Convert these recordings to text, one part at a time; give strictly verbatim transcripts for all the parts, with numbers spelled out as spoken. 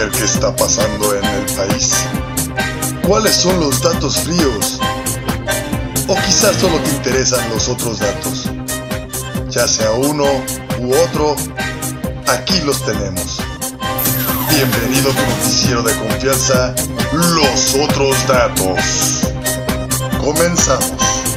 saber qué está pasando en el país? ¿Cuáles son los datos fríos? ¿O quizás solo te interesan los otros datos? Ya sea uno u otro, aquí los tenemos. Bienvenido a tu noticiero de confianza, Los Otros Datos. Comenzamos.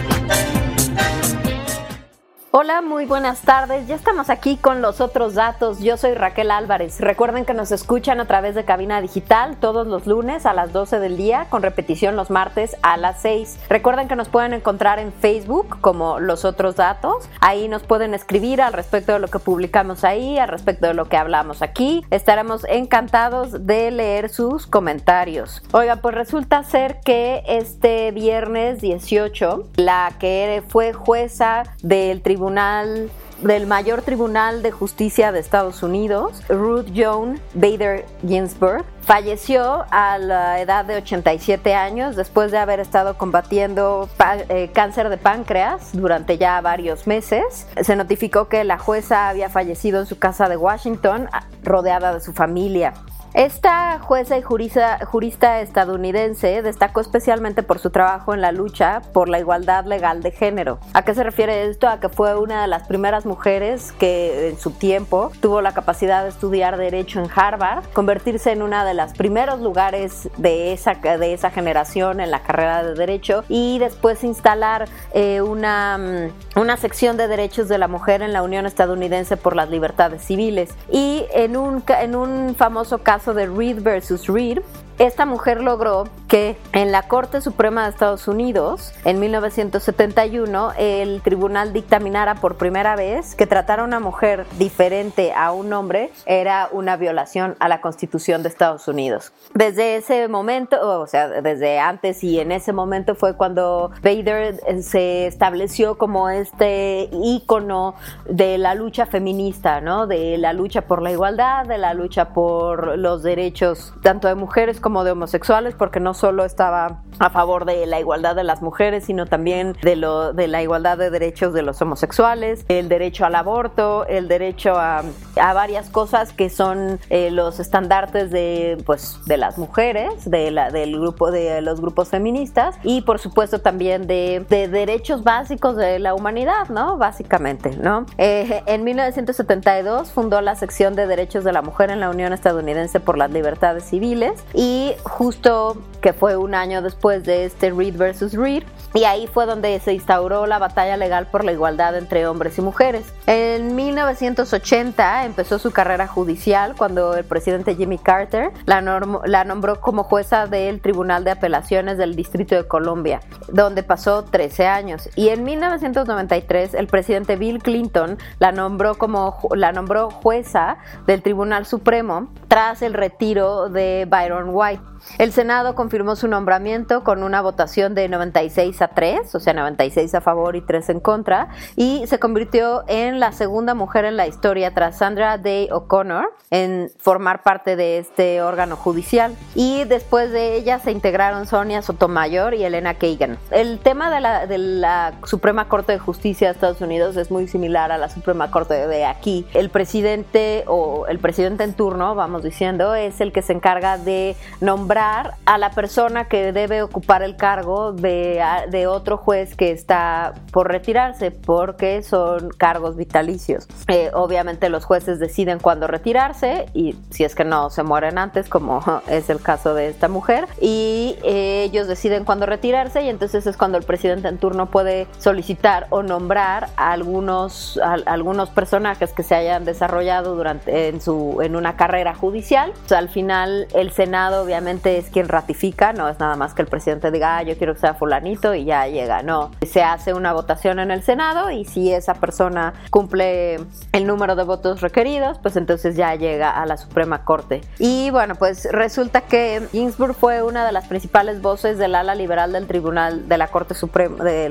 Hola, muy buenas tardes. Ya estamos aquí con Los Otros Datos. Yo soy Raquel Álvarez. Recuerden que nos escuchan a través de Cabina Digital todos los lunes a las doce del día, con repetición los martes a las seis. Recuerden que nos pueden encontrar en Facebook como Los Otros Datos. Ahí nos pueden escribir al respecto de lo que publicamos ahí, al respecto de lo que hablamos aquí. Estaremos encantados de leer sus comentarios. Oigan, pues resulta ser que este viernes dieciocho, la que fue jueza del Tribunal Tribunal, del Mayor Tribunal de Justicia de Estados Unidos, Ruth Joan Bader Ginsburg, falleció a la edad de ochenta y siete años después de haber estado combatiendo pa- eh, cáncer de páncreas durante ya varios meses. Se notificó que la jueza había fallecido en su casa de Washington, rodeada de su familia. Esta jueza y jurista, jurista estadounidense destacó especialmente por su trabajo en la lucha por la igualdad legal de género. ¿A qué se refiere esto? A que fue una de las primeras mujeres que en su tiempo tuvo la capacidad de estudiar Derecho en Harvard, convertirse en una de los primeros lugares de esa, de esa generación en la carrera de Derecho y después instalar eh, una, una sección de derechos de la mujer en la Unión Estadounidense por las Libertades Civiles. Y en un, en un famoso caso de Reed versus Reed, esta mujer logró que en la Corte Suprema de Estados Unidos, en mil novecientos setenta y uno, el tribunal dictaminara por primera vez que tratar a una mujer diferente a un hombre era una violación a la Constitución de Estados Unidos. Desde ese momento, o sea, desde antes y en ese momento fue cuando Bader se estableció como este ícono de la lucha feminista, ¿no? De la lucha por la igualdad, de la lucha por los derechos tanto de mujeres como como de homosexuales, porque no solo estaba a favor de la igualdad de las mujeres, sino también de, lo, de la igualdad de derechos de los homosexuales, el derecho al aborto, el derecho a, a varias cosas que son eh, los estandartes de, pues, de las mujeres, de la, del grupo, de los grupos feministas, y por supuesto también de, de derechos básicos de la humanidad, ¿no? Básicamente, ¿no? Eh, en mil novecientos setenta y dos fundó la sección de derechos de la mujer en la Unión Estadounidense por las Libertades Civiles, y Y justo que fue un año después de este Reed versus Reed, y ahí fue donde se instauró la batalla legal por la igualdad entre hombres y mujeres. En mil novecientos ochenta empezó su carrera judicial cuando el presidente Jimmy Carter la, norm- la nombró como jueza del Tribunal de Apelaciones del Distrito de Columbia, donde pasó trece años. Y en mil novecientos noventa y tres el presidente Bill Clinton la nombró como la nombró jueza del Tribunal Supremo tras el retiro de Byron White. El Senado confirmó su nombramiento con una votación de noventa y seis a tres, o sea, noventa y seis a favor y tres en contra, y se convirtió en la segunda mujer en la historia tras Sandra Day O'Connor en formar parte de este órgano judicial. Y después de ella se integraron Sonia Sotomayor y Elena Kagan. El tema de la, de la Suprema Corte de Justicia de Estados Unidos es muy similar a la Suprema Corte de aquí. El presidente o el presidente en turno, vamos diciendo, es el que se encarga de nombrar a la persona que debe ocupar el cargo de, de otro juez que está por retirarse, porque son cargos vitalicios. Eh, obviamente los jueces deciden cuándo retirarse y si es que no se mueren antes, como es el caso de esta mujer, y eh, ellos deciden cuándo retirarse, y entonces es cuando el presidente en turno puede solicitar o nombrar a algunos, a, a algunos personajes que se hayan desarrollado durante en, su, en una carrera judicial. O sea, al final el Senado obviamente es quien ratifica, no es nada más que el presidente diga, ah, yo quiero que sea fulanito y ya llega, no. Se hace una votación en el Senado y si esa persona cumple el número de votos requeridos, pues entonces ya llega a la Suprema Corte. Y bueno, pues resulta que Ginsburg fue una de las principales voces del ala liberal del Tribunal de la Corte Suprema, del,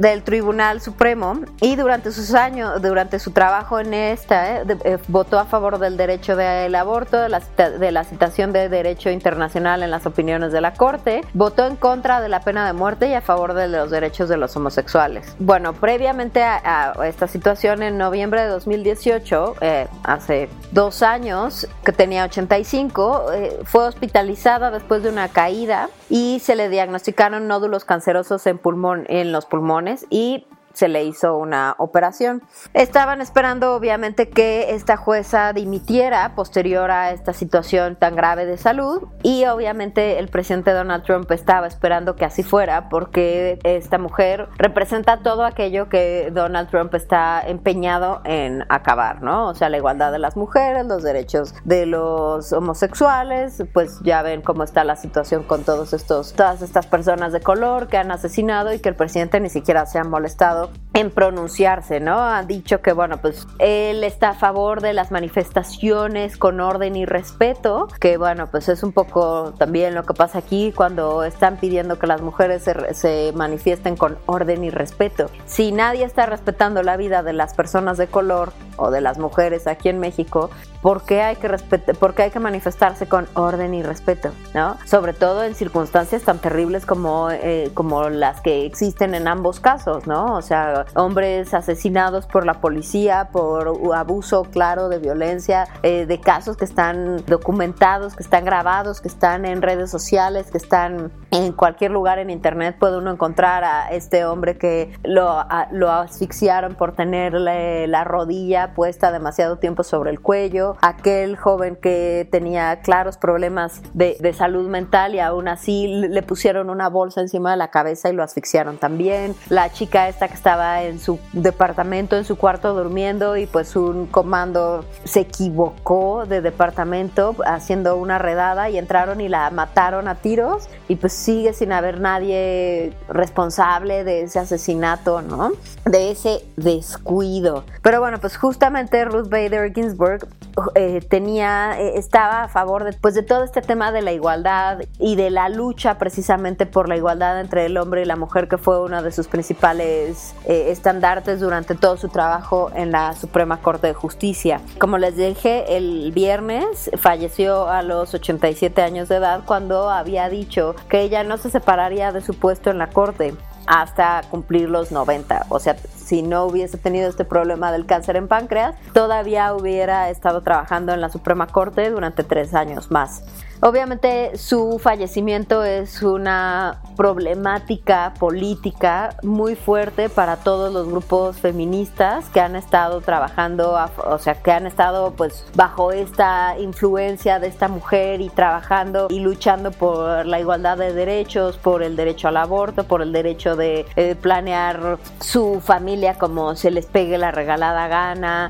del Tribunal Supremo y durante sus años, durante su trabajo en esta, eh, de, eh, votó a favor del derecho del aborto, de la, de la citación de derecho internacional en las opiniones de la Corte, votó en contra de la pena de muerte y a favor de los derechos de los homosexuales. Bueno, previamente a, a esta situación, en noviembre de dos mil dieciocho, eh, hace dos años, que tenía ochenta y cinco, eh, fue hospitalizada después de una caída y se le diagnosticaron nódulos cancerosos en pulmón, en los pulmones, y se le hizo una operación. Estaban esperando obviamente que esta jueza dimitiera posterior a esta situación tan grave de salud, y obviamente el presidente Donald Trump estaba esperando que así fuera, porque esta mujer representa todo aquello que Donald Trump está empeñado en acabar, ¿no? O sea, la igualdad de las mujeres, los derechos de los homosexuales. Pues ya ven cómo está la situación con todos estos, todas estas personas de color que han asesinado y que el presidente ni siquiera se ha molestado en pronunciarse, ¿no? Ha dicho que, bueno, pues él está a favor de las manifestaciones con orden y respeto, que, bueno, pues es un poco también lo que pasa aquí cuando están pidiendo que las mujeres se, se manifiesten con orden y respeto. Si nadie está respetando la vida de las personas de color o de las mujeres aquí en México, ¿por qué hay que respet- por qué hay que manifestarse con orden y respeto, ¿no? Sobre todo en circunstancias tan terribles como, eh, como las que existen en ambos casos, ¿no? O sea, hombres asesinados por la policía por abuso claro de violencia, eh, de casos que están documentados, que están grabados, que están en redes sociales, que están en cualquier lugar en internet. Puede uno encontrar a este hombre que lo, a, lo asfixiaron por tenerle la rodilla puesta demasiado tiempo sobre el cuello, aquel joven que tenía claros problemas de, de salud mental y aún así le pusieron una bolsa encima de la cabeza y lo asfixiaron también, la chica esta que estaba en su departamento, en su cuarto durmiendo, y pues un comando se equivocó de departamento haciendo una redada y entraron y la mataron a tiros, y pues sigue sin haber nadie responsable de ese asesinato, ¿no? De ese descuido. Pero bueno, pues justamente Ruth Bader Ginsburg eh, tenía, eh, estaba a favor de, pues de todo este tema de la igualdad y de la lucha precisamente por la igualdad entre el hombre y la mujer, que fue uno de sus principales eh, estandartes durante todo su trabajo en la Suprema Corte de Justicia. Como les dije, el viernes falleció a los ochenta y siete años de edad, cuando había dicho que ella no se separaría de su puesto en la Corte hasta cumplir los noventa. O sea, si no hubiese tenido este problema del cáncer en páncreas, todavía hubiera estado trabajando en la Suprema Corte durante tres años más. Obviamente su fallecimiento es una problemática política muy fuerte para todos los grupos feministas que han estado trabajando, o sea, que han estado pues bajo esta influencia de esta mujer y trabajando y luchando por la igualdad de derechos, por el derecho al aborto, por el derecho de eh, planear su familia como se les pegue la regalada gana,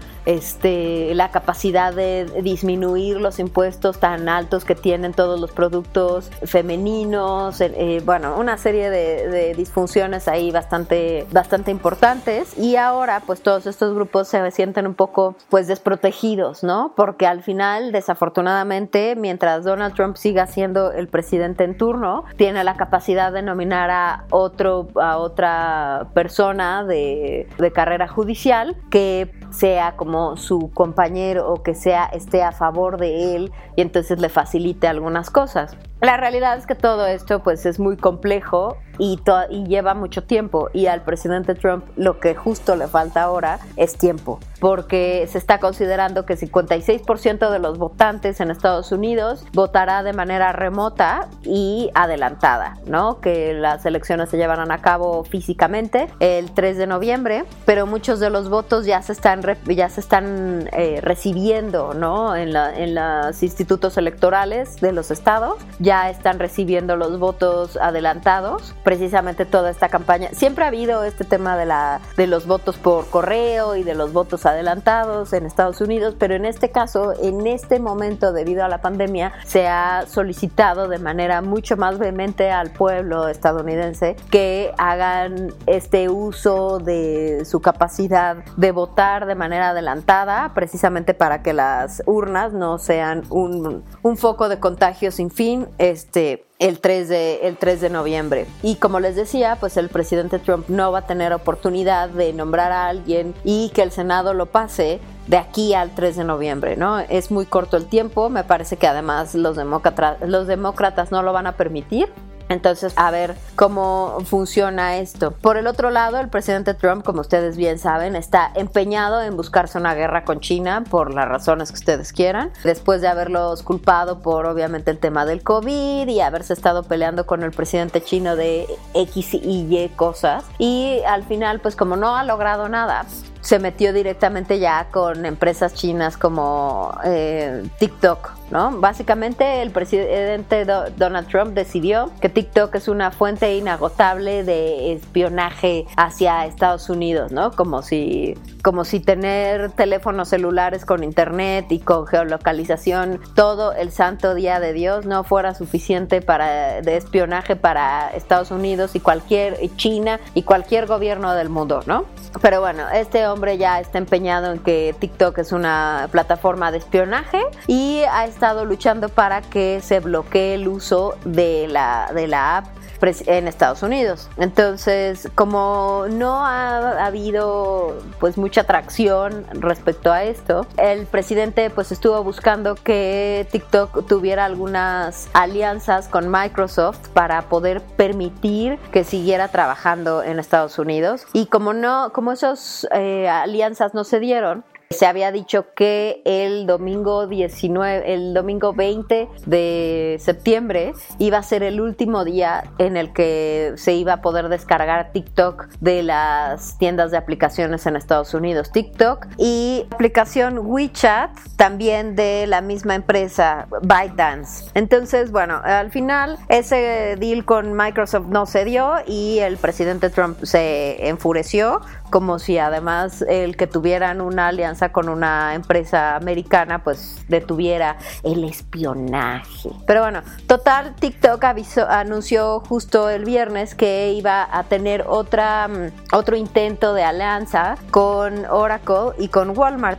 este, la capacidad de disminuir los impuestos tan altos que tienen todos los productos femeninos, eh, bueno, una serie de, de disfunciones ahí bastante, bastante importantes. Y ahora pues todos estos grupos se sienten un poco pues desprotegidos, ¿no? Porque al final, desafortunadamente, mientras Donald Trump siga siendo el presidente en turno, tiene la capacidad de nominar a otro, a otra persona de, de carrera judicial que sea como su compañero o que sea esté a favor de él, y entonces le facilite algunas cosas. La realidad es que todo esto pues es muy complejo y, to- y lleva mucho tiempo, y al presidente Trump lo que justo le falta ahora es tiempo, porque se está considerando que cincuenta y seis por ciento de los votantes en Estados Unidos votará de manera remota y adelantada, ¿no? Que las elecciones se llevarán a cabo físicamente el tres de noviembre, pero muchos de los votos ya se están re- ya se están eh, recibiendo, ¿no? En, la, en los institutos electorales de los estados ya están recibiendo los votos adelantados. Precisamente toda esta campaña, siempre ha habido este tema de la de los votos por correo y de los votos adelantados en Estados Unidos, pero en este caso, en este momento, debido a la pandemia, se ha solicitado de manera mucho más vehemente al pueblo estadounidense que hagan este uso de su capacidad de votar de manera adelantada, precisamente para que las urnas no sean un, un foco de contagio sin fin este el tres de el tres de noviembre. Y como les decía, pues el presidente Trump no va a tener oportunidad de nombrar a alguien y que el Senado lo pase de aquí al tres de noviembre, ¿no? Es muy corto el tiempo, me parece que además los demócratas, los demócratas no lo van a permitir. Entonces, a ver cómo funciona esto. Por el otro lado, el presidente Trump, como ustedes bien saben, está empeñado en buscarse una guerra con China por las razones que ustedes quieran. Después de haberlos culpado por, obviamente, el tema del COVID y haberse estado peleando con el presidente chino de X y Y cosas. Y al final, pues como no ha logrado nada, se metió directamente ya con empresas chinas como eh, TikTok, ¿no? Básicamente el presidente Do- Donald Trump decidió que TikTok es una fuente inagotable de espionaje hacia Estados Unidos, ¿no? Como si, como si tener teléfonos celulares con internet y con geolocalización todo el santo día de Dios no fuera suficiente para de espionaje para Estados Unidos y cualquier China y cualquier gobierno del mundo, ¿no? Pero bueno, este hombre ya está empeñado en que TikTok es una plataforma de espionaje y ha estado luchando para que se bloquee el uso de la, de la app en Estados Unidos. Entonces, como no ha habido pues mucha tracción respecto a esto, el presidente pues estuvo buscando que TikTok tuviera algunas alianzas con Microsoft para poder permitir que siguiera trabajando en Estados Unidos. Y como no, como esas eh, alianzas no se dieron, se había dicho que el domingo diecinueve, el domingo veinte de septiembre iba a ser el último día en el que se iba a poder descargar TikTok de las tiendas de aplicaciones en Estados Unidos, TikTok, y aplicación WeChat también de la misma empresa ByteDance. Entonces, bueno, al final ese deal con Microsoft no se dio y el presidente Trump se enfureció, como si además el que tuvieran una alianza con una empresa americana pues detuviera el espionaje. Pero bueno, total, TikTok avisó, anunció justo el viernes que iba a tener otra otro intento de alianza con Oracle y con Walmart.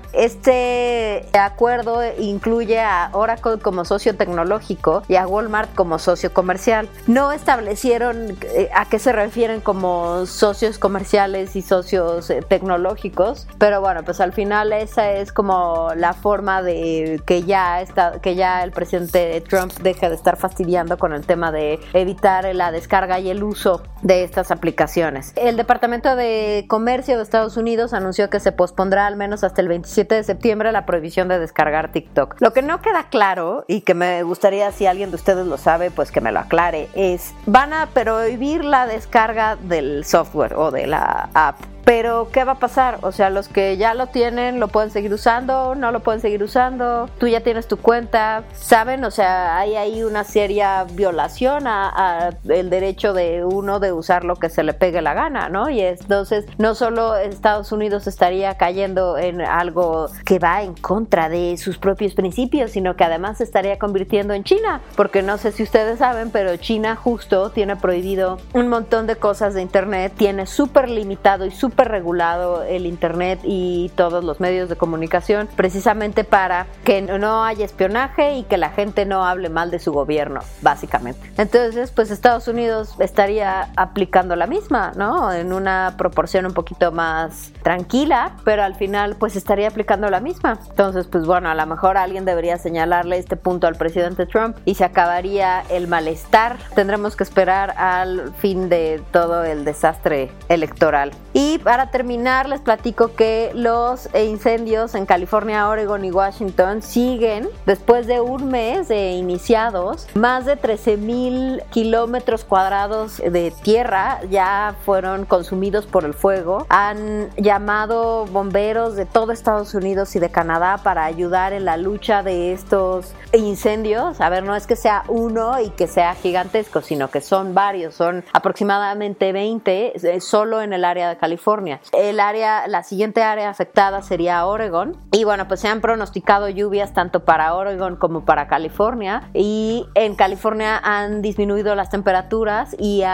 Este acuerdo incluye a Oracle como socio tecnológico y a Walmart como socio comercial. No establecieron a qué se refieren como socios comerciales y socios tecnológicos, pero bueno, pues al final esa es como la forma de que ya está, que ya el presidente Trump deje de estar fastidiando con el tema de evitar la descarga y el uso de estas aplicaciones. El Departamento de Comercio de Estados Unidos anunció que se pospondrá al menos hasta el veintisiete de septiembre la prohibición de descargar TikTok. Lo que no queda claro, y que me gustaría, si alguien de ustedes lo sabe, pues que me lo aclare, es: van a prohibir la descarga del software o de la app. Pero, ¿qué va a pasar? O sea, los que ya lo tienen, ¿lo pueden seguir usando? ¿No lo pueden seguir usando? Tú ya tienes tu cuenta, ¿saben? O sea, hay ahí una seria violación a, a el derecho de uno de usar lo que se le pegue la gana, ¿no? Y entonces, no solo Estados Unidos estaría cayendo en algo que va en contra de sus propios principios, sino que además se estaría convirtiendo en China, porque no sé si ustedes saben, pero China justo tiene prohibido un montón de cosas de internet, tiene súper limitado y súper regulado el internet y todos los medios de comunicación, precisamente para que no haya espionaje y que la gente no hable mal de su gobierno, básicamente. Entonces, pues Estados Unidos estaría aplicando la misma, ¿no? En una proporción un poquito más tranquila, pero al final pues estaría aplicando la misma. Entonces, pues bueno, a lo mejor alguien debería señalarle este punto al presidente Trump y se acabaría el malestar. Tendremos que esperar al fin de todo el desastre electoral. Y para terminar, les platico que los incendios en California, Oregon y Washington siguen después de un mes de iniciados. Más de trece mil kilómetros cuadrados de tierra ya fueron consumidos por el fuego. Han llamado bomberos de todo Estados Unidos y de Canadá para ayudar en la lucha de estos incendios. A ver, no es que sea uno y que sea gigantesco, sino que son varios, son aproximadamente veinte solo en el área de California. El área, la siguiente área afectada sería Oregon, y bueno, pues se han pronosticado lluvias tanto para Oregon como para California, y en California han disminuido las temperaturas y han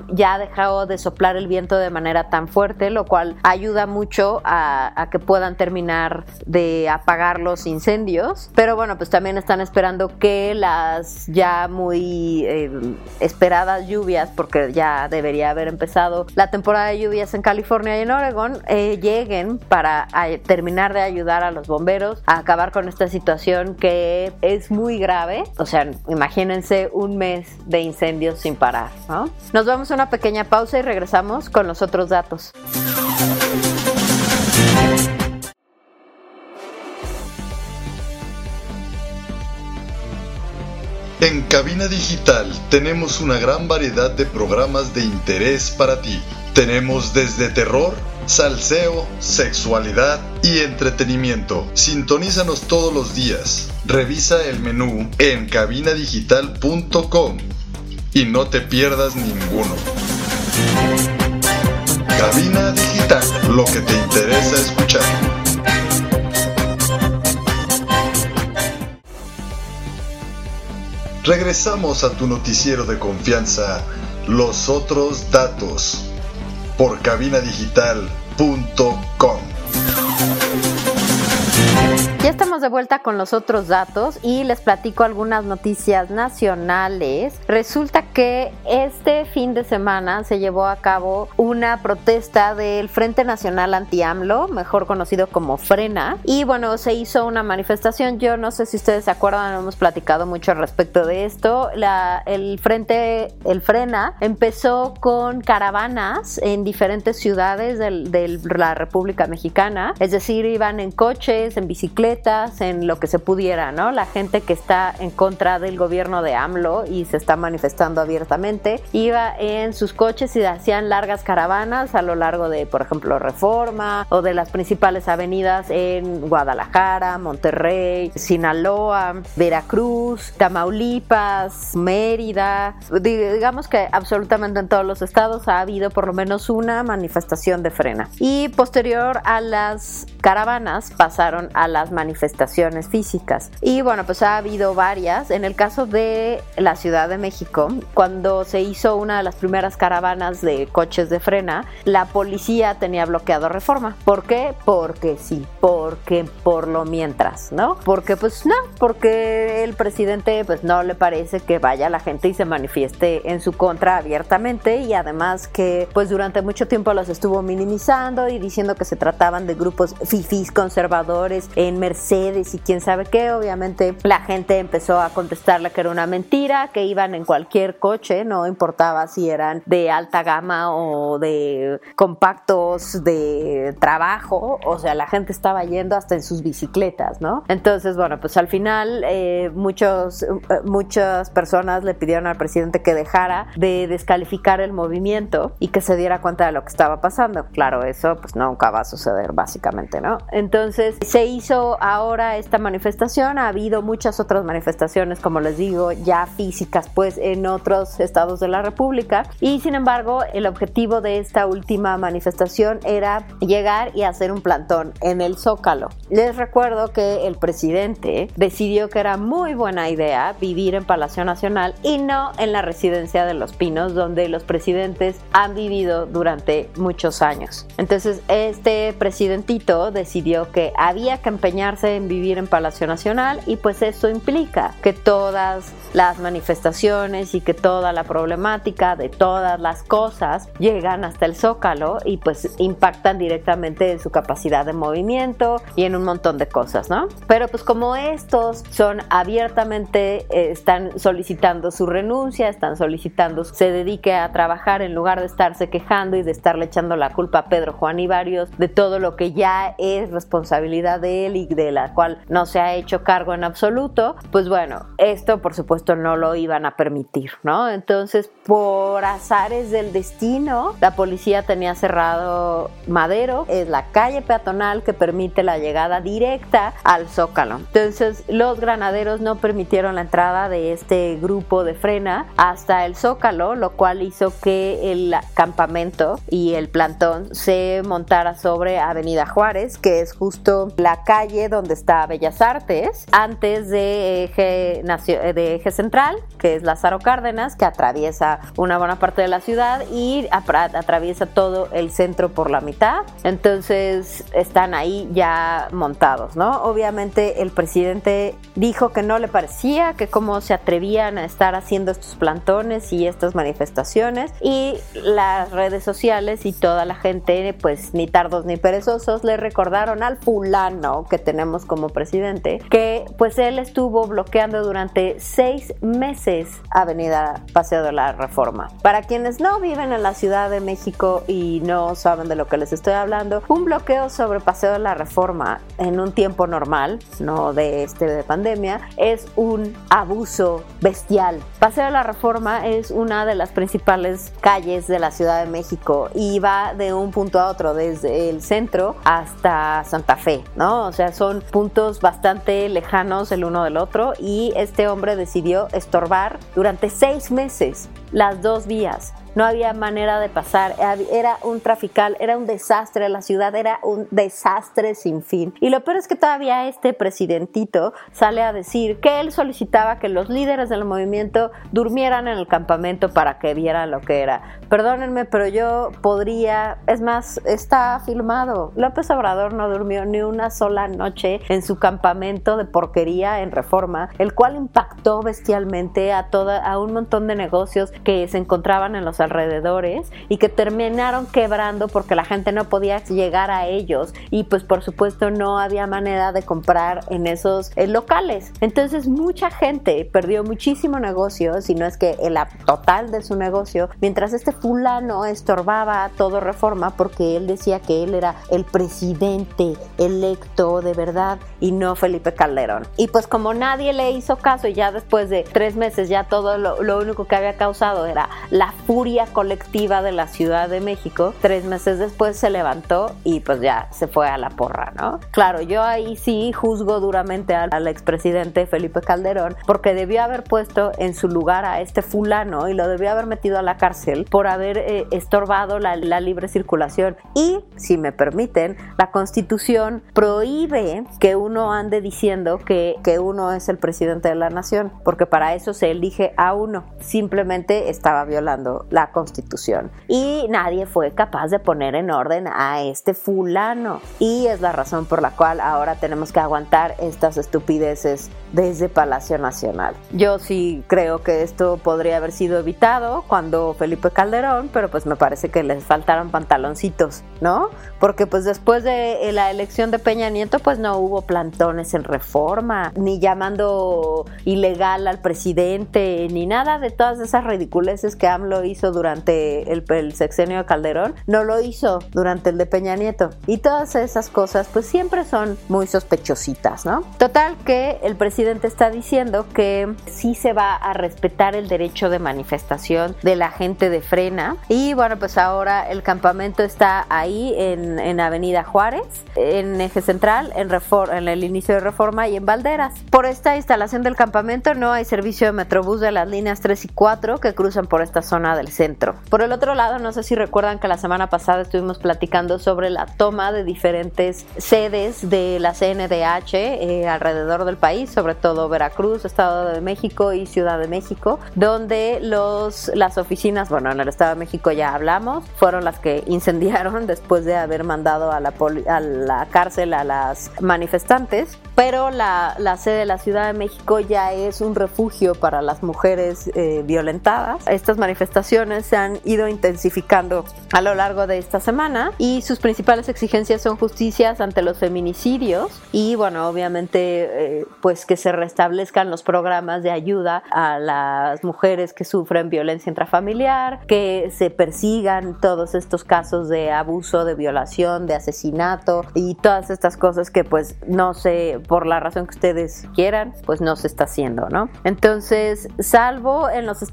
ya ha dejado de soplar el viento de manera tan fuerte, lo cual ayuda mucho a, a que puedan terminar de apagar los incendios. Pero bueno, pues también están esperando que las ya muy eh, esperadas lluvias, porque ya debería haber empezado la temporada de lluvias en California y en Oregon, eh, lleguen para a, terminar de ayudar a los bomberos a acabar con esta situación que es muy grave. O sea, imagínense un mes de incendios sin parar, ¿no? Nos vamos a una pequeña pausa y regresamos con los otros datos. En Cabina Digital tenemos una gran variedad de programas de interés para ti. Tenemos desde terror, salseo, sexualidad y entretenimiento. Sintonízanos todos los días. Revisa el menú en cabina digital punto com y no te pierdas ninguno. Cabina Digital, lo que te interesa escuchar. Regresamos a tu noticiero de confianza, Los Otros Datos, por cabina digital punto com. Ya estamos de vuelta con los otros datos y les platico algunas noticias nacionales. Resulta que este fin de semana se llevó a cabo una protesta del Frente Nacional Anti-AMLO, mejor conocido como Frena, y bueno, se hizo una manifestación. Yo no sé si ustedes se acuerdan, hemos platicado mucho al respecto de esto. La, el Frente, el Frena, empezó con caravanas en diferentes ciudades de, de la República Mexicana, es decir, iban en coches, en bicicletas, en lo que se pudiera, ¿no? La gente que está en contra del gobierno de AMLO y se está manifestando abiertamente, iba en sus coches y hacían largas caravanas a lo largo de, por ejemplo, Reforma o de las principales avenidas en Guadalajara, Monterrey, Sinaloa, Veracruz, Tamaulipas, Mérida. Digamos que absolutamente en todos los estados ha habido por lo menos una manifestación de Frena. Y posterior a las caravanas pasaron a las manifestaciones físicas. Y bueno, pues ha habido varias. En el caso de la Ciudad de México, cuando se hizo una de las primeras caravanas de coches de Frena, la policía tenía bloqueado Reforma. ¿Por qué? Porque sí, porque por lo mientras, ¿no? Porque pues no, porque el presidente pues no le parece que vaya la gente y se manifieste en su contra abiertamente, y además que pues durante mucho tiempo los estuvo minimizando y diciendo que se trataban de grupos fifís conservadores en Mercedes y quién sabe qué. Obviamente la gente empezó a contestarle que era una mentira, que iban en cualquier coche, no importaba si eran de alta gama o de compactos de trabajo, o sea, la gente estaba yendo hasta en sus bicicletas, ¿no? Entonces, bueno, pues al final eh, muchos, eh, muchas personas le pidieron al presidente que dejara de descalificar el movimiento y que se diera cuenta de lo que estaba pasando. Claro, eso pues nunca va a suceder, básicamente, ¿no? Entonces se hizo ahora esta manifestación. Ha habido muchas otras manifestaciones, como les digo, ya físicas, pues en otros estados de la República, y sin embargo el objetivo de esta última manifestación era llegar y hacer un plantón en el Zócalo. Les recuerdo que el presidente decidió que era muy buena idea vivir en Palacio Nacional y no en la residencia de Los Pinos, donde los presidentes han vivido durante muchos años. Entonces este presidentito decidió que había que empeñarse en vivir en Palacio Nacional, y pues eso implica que todas las manifestaciones y que toda la problemática de todas las cosas llegan hasta el Zócalo y pues impactan directamente en su capacidad de movimiento y en un montón de cosas, ¿no? Pero pues como estos son abiertamente, eh, están solicitando su renuncia, están solicitando se dedique a trabajar en lugar de estarse quejando y de estarle echando la culpa a Pedro, Juan y varios de todo lo que ya es responsabilidad de él y de la cual no se ha hecho cargo en absoluto, pues bueno, esto por supuesto no lo iban a permitir, ¿no? Entonces, por azares del destino, la policía tenía cerrado Madero, es la calle peatonal que permite la llegada directa al Zócalo. Entonces, los granaderos no permitieron la entrada de este grupo de Frena hasta el Zócalo, lo cual hizo que el campamento y el plantón se montara sobre Avenida Juárez, Juárez, que es justo la calle donde está Bellas Artes, antes de eje, de eje central, que es Lázaro Cárdenas, que atraviesa una buena parte de la ciudad y atraviesa todo el centro por la mitad. Entonces están ahí ya montados, ¿no? Obviamente el presidente dijo que no le parecía, que cómo se atrevían a estar haciendo estos plantones y estas manifestaciones, y las redes sociales y toda la gente, pues ni tardos ni perezosos, le recordaron al fulano que tenemos como presidente que pues él estuvo bloqueando durante seis meses Avenida Paseo de la Reforma. Para quienes no viven en la Ciudad de México y no saben de lo que les estoy hablando, un bloqueo sobre Paseo de la Reforma en un tiempo normal, no de este de pandemia, es un abuso bestial. Paseo de la Reforma es una de las principales calles de la Ciudad de México y va de un punto a otro, desde el centro hasta Santa Fe, ¿no? O sea, son puntos bastante lejanos el uno del otro, y este hombre decidió estorbar durante seis meses las dos vías. No había manera de pasar, era un trafical, era un desastre, la ciudad era un desastre sin fin. Y lo peor es que todavía este presidentito sale a decir que él solicitaba que los líderes del movimiento durmieran en el campamento para que vieran lo que era. Perdónenme, pero yo podría, es más, está filmado. López Obrador no durmió ni una sola noche en su campamento de porquería en Reforma, el cual impactó bestialmente a, toda, a un montón de negocios que se encontraban en los alrededores y que terminaron quebrando porque la gente no podía llegar a ellos, y pues por supuesto no había manera de comprar en esos eh, locales. Entonces mucha gente perdió muchísimo negocio, si no es que el total de su negocio, mientras este fulano estorbaba todo Reforma porque él decía que él era el presidente electo de verdad y no Felipe Calderón. Y pues como nadie le hizo caso, y ya después de tres meses ya todo lo, lo único que había causado era la furia colectiva de la Ciudad de México, tres meses después se levantó y pues ya se fue a la porra, ¿no? Claro, yo ahí sí juzgo duramente al, al expresidente Felipe Calderón, porque debió haber puesto en su lugar a este fulano y lo debió haber metido a la cárcel por haber eh, estorbado la, la libre circulación. Y, si me permiten, la Constitución prohíbe que uno ande diciendo que, que uno es el presidente de la nación, porque para eso se elige a uno. Simplemente estaba violando la Constitución y nadie fue capaz de poner en orden a este fulano, y es la razón por la cual ahora tenemos que aguantar estas estupideces desde Palacio Nacional. Yo sí creo que esto podría haber sido evitado cuando Felipe Calderón, pero pues me parece que les faltaron pantaloncitos, ¿no? Porque pues después de la elección de Peña Nieto pues no hubo plantones en Reforma, ni llamando ilegal al presidente, ni nada de todas esas ridiculeces que AMLO hizo durante el, el sexenio de Calderón, no lo hizo durante el de Peña Nieto. Y todas esas cosas pues siempre son muy sospechositas, ¿no? Total que el presidente está diciendo que sí se va a respetar el derecho de manifestación de la gente de Frena, y bueno, pues ahora el campamento está ahí en, en Avenida Juárez, en eje central, en, Refor- en el inicio de Reforma y en Valderas. Por esta instalación del campamento no hay servicio de Metrobús de las líneas tres y cuatro que cruzan por esta zona del centro. Por el otro lado, no sé si recuerdan que la semana pasada estuvimos platicando sobre la toma de diferentes sedes de la C N D H eh, alrededor del país, sobre todo Veracruz, Estado de México y Ciudad de México, donde los, las oficinas, bueno, en el Estado de México ya hablamos, fueron las que incendiaron después de haber mandado a la, poli- a la cárcel a las manifestantes, pero la, la sede de la Ciudad de México ya es un refugio para las mujeres eh, violentadas. Estas manifestaciones se han ido intensificando a lo largo de esta semana y sus principales exigencias son justicias ante los feminicidios y, bueno, obviamente, eh, pues que se restablezcan los programas de ayuda a las mujeres que sufren violencia intrafamiliar, que se persigan todos estos casos de abuso, de violación, de asesinato y todas estas cosas que, pues, no sé, por la razón que ustedes quieran, pues no se está haciendo, ¿no? Entonces, salvo en los estados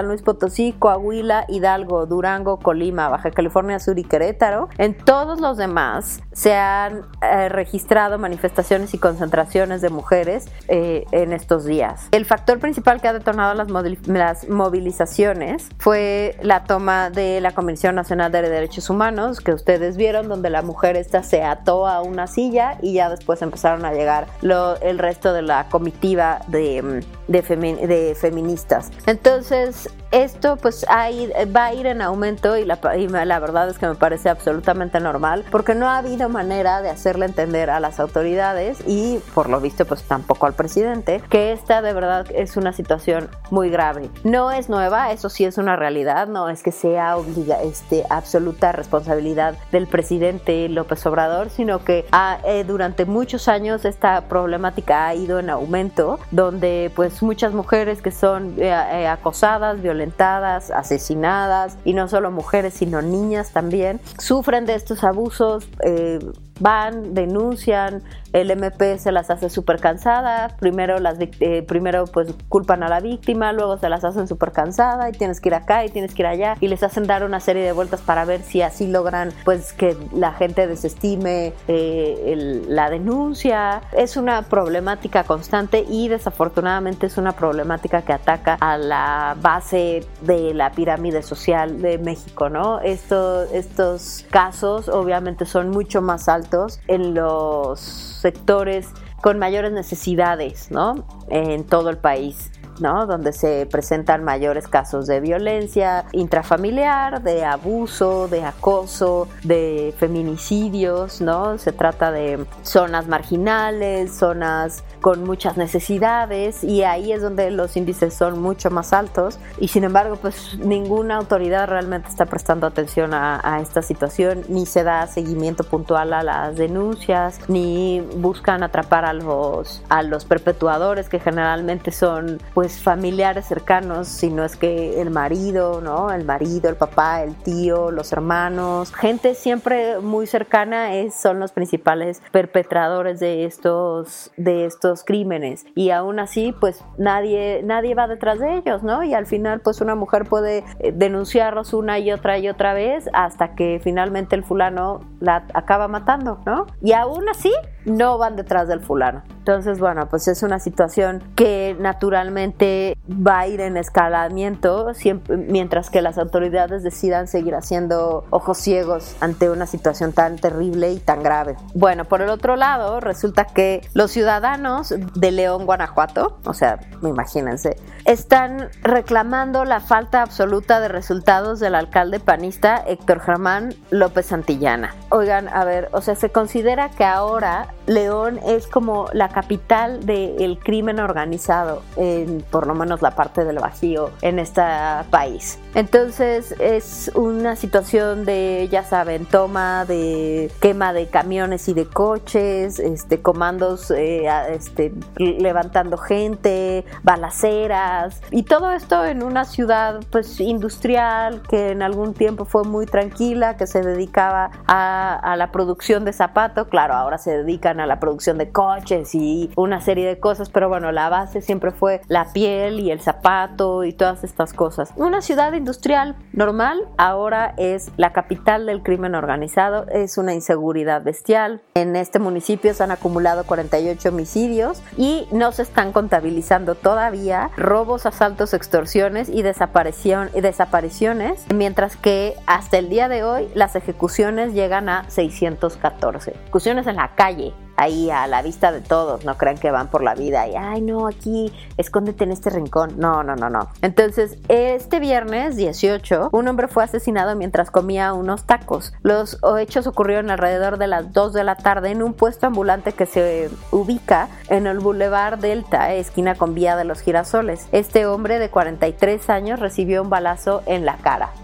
San Luis Potosí, Coahuila, Hidalgo, Durango, Colima, Baja California Sur y Querétaro. En todos los demás se han eh, registrado manifestaciones y concentraciones de mujeres eh, en estos días. El factor principal que ha detonado las, las movilizaciones fue la toma de la Comisión Nacional de Derechos Humanos, que ustedes vieron, donde la mujer esta se ató a una silla y ya después empezaron a llegar lo, el resto de la comitiva de, de, femi, de feministas. Entonces, esto pues hay, va a ir en aumento y la, y la verdad es que me parece absolutamente normal, porque no ha habido manera de hacerle entender a las autoridades y por lo visto pues tampoco al presidente que esta de verdad es una situación muy grave. No es nueva, eso sí es una realidad, no es que sea obliga, este, absoluta responsabilidad del presidente López Obrador, sino que ha, eh, durante muchos años esta problemática ha ido en aumento, donde pues muchas mujeres que son eh, eh, acosadas, violentadas, asesinadas, y no solo mujeres sino niñas también, sufren de estos abusos, eh, van, denuncian, el M P se las hace súper cansadas, primero, las, eh, primero pues culpan a la víctima, luego se las hacen súper cansada y tienes que ir acá y tienes que ir allá y les hacen dar una serie de vueltas para ver si así logran pues que la gente desestime eh, el, la denuncia. Es una problemática constante y desafortunadamente es una problemática que ataca a la base de la pirámide social de México, ¿no? Esto, estos casos obviamente son mucho más altos en los sectores con mayores necesidades, ¿no? En todo el país, ¿no? Donde se presentan mayores casos de violencia intrafamiliar, de abuso, de acoso, de feminicidios, ¿no? Se trata de zonas marginales, zonas con muchas necesidades, y ahí es donde los índices son mucho más altos, y sin embargo pues ninguna autoridad realmente está prestando atención a, a esta situación, ni se da seguimiento puntual a las denuncias, ni buscan atrapar a los, a los perpetuadores, que generalmente son pues familiares cercanos, si no es que el marido, ¿no? El marido, el papá, el tío, los hermanos, gente siempre muy cercana es, son los principales perpetradores de estos, de estos crímenes, y aún así pues nadie, nadie va detrás de ellos, ¿no? Y al final pues una mujer puede denunciarlos una y otra y otra vez hasta que finalmente el fulano la acaba matando, ¿no? Y aún así no van detrás del fulano. Entonces, bueno, pues es una situación que naturalmente va a ir en escalamiento siempre, mientras que las autoridades decidan seguir haciendo ojos ciegos ante una situación tan terrible y tan grave. Bueno, por el otro lado, resulta que los ciudadanos de León, Guanajuato, o sea, imagínense, están reclamando la falta absoluta de resultados del alcalde panista Héctor Germán López Santillana. Oigan, a ver, o sea, se considera que ahora León es como la capital del crimen organizado, en por lo menos la parte del Bajío en este país. Entonces es una situación de, ya saben, toma de quema de camiones y de coches, este, comandos eh, este, levantando gente, balaceras, y todo esto en una ciudad pues industrial que en algún tiempo fue muy tranquila, que se dedicaba a, a la producción de zapatos. Claro, ahora se dedican a la producción de coches y una serie de cosas, pero bueno, la base siempre fue la piel y el zapato y todas estas cosas. Una ciudad industrial normal ahora es la capital del crimen organizado, es una inseguridad bestial. En este municipio se han acumulado cuarenta y ocho homicidios y no se están contabilizando todavía robos, asaltos, extorsiones y desaparición y desapariciones, mientras que hasta el día de hoy las ejecuciones llegan a seiscientos catorce. Ejecuciones en la calle, ahí a la vista de todos, no crean que van por la vida y ay no, aquí escóndete en este rincón, no, no, no, no. Entonces este viernes dieciocho un hombre fue asesinado mientras comía unos tacos. Los hechos ocurrieron alrededor de las dos de la tarde en un puesto ambulante que se ubica en el Boulevard Delta, esquina con Vía de los Girasoles. Este hombre de cuarenta y tres años recibió un balazo en la cara.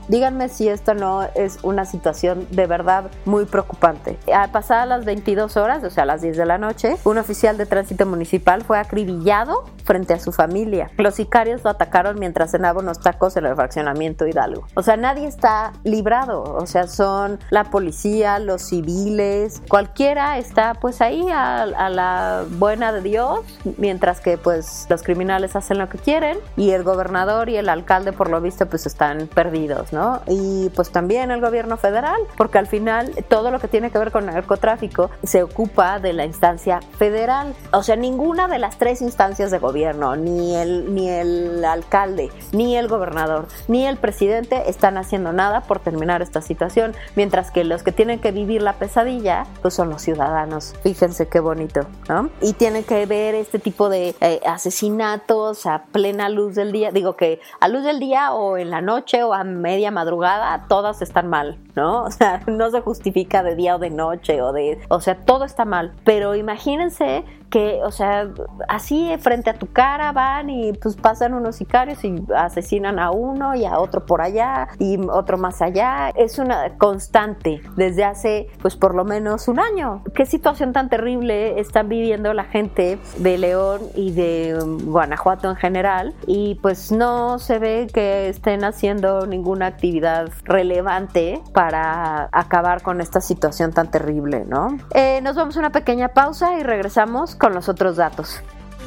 Díganme si esto no es una situación de verdad muy preocupante. Al pasar las veintidós horas, o sea, a las diez de la noche, un oficial de tránsito municipal fue acribillado frente a su familia. Los sicarios lo atacaron mientras cenaba unos tacos en el fraccionamiento Hidalgo. O sea, nadie está librado. O sea, son la policía, los civiles, cualquiera está pues ahí a, a la buena de Dios, mientras que pues los criminales hacen lo que quieren y el gobernador y el alcalde por lo visto pues están perdidos, ¿no? Y pues también el gobierno federal, porque al final todo lo que tiene que ver con narcotráfico se ocupa de la instancia federal. O sea, ninguna de las tres instancias de gobierno, ni el, ni el alcalde, ni el gobernador, ni el presidente están haciendo nada por terminar esta situación, mientras que los que tienen que vivir la pesadilla pues son los ciudadanos. Fíjense qué bonito, ¿no? Y tienen que ver este tipo de eh, asesinatos a plena luz del día. Digo que a luz del día o en la noche o a media madrugada todas están mal, ¿no? O sea, no se justifica de día o de noche o de... O sea, todo está mal. Pero imagínense que, o sea, así frente a tu cara van y pues pasan unos sicarios y asesinan a uno y a otro por allá y otro más allá. Es una constante desde hace pues por lo menos un año. ¿Qué situación tan terrible están viviendo la gente de León y de Guanajuato en general? Y pues no se ve que estén haciendo ninguna actividad relevante para acabar con esta situación tan terrible, ¿no? Eh, nos vamos a una pequeña pausa y regresamos con los otros datos.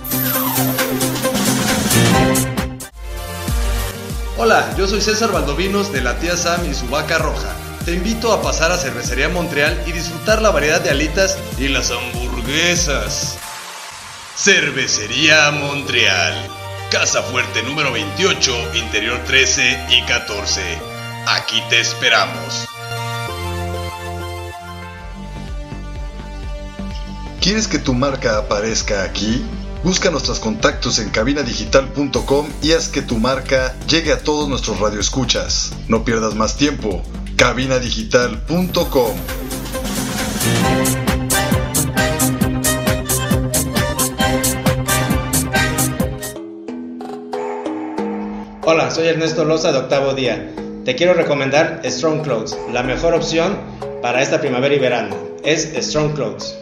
Hola, yo soy César Valdovinos de la tía Sam y su vaca roja. Te invito a pasar a Cervecería Montreal y disfrutar la variedad de alitas y las hamburguesas. Cervecería Montreal, Casa Fuerte número veintiocho, Interior trece y catorce. Aquí te esperamos. ¿Quieres que tu marca aparezca aquí? Busca nuestros contactos en cabina digital punto com y haz que tu marca llegue a todos nuestros radioescuchas. No pierdas más tiempo. cabina digital punto com. Hola, soy Ernesto Loza de Octavo Día. Te quiero recomendar Strong Clothes, la mejor opción para esta primavera y verano. Es Strong Clothes.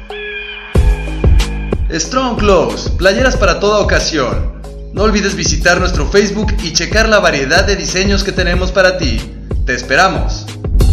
Strong Clothes, playeras para toda ocasión. No olvides visitar nuestro Facebook y checar la variedad de diseños que tenemos para ti. ¡Te esperamos!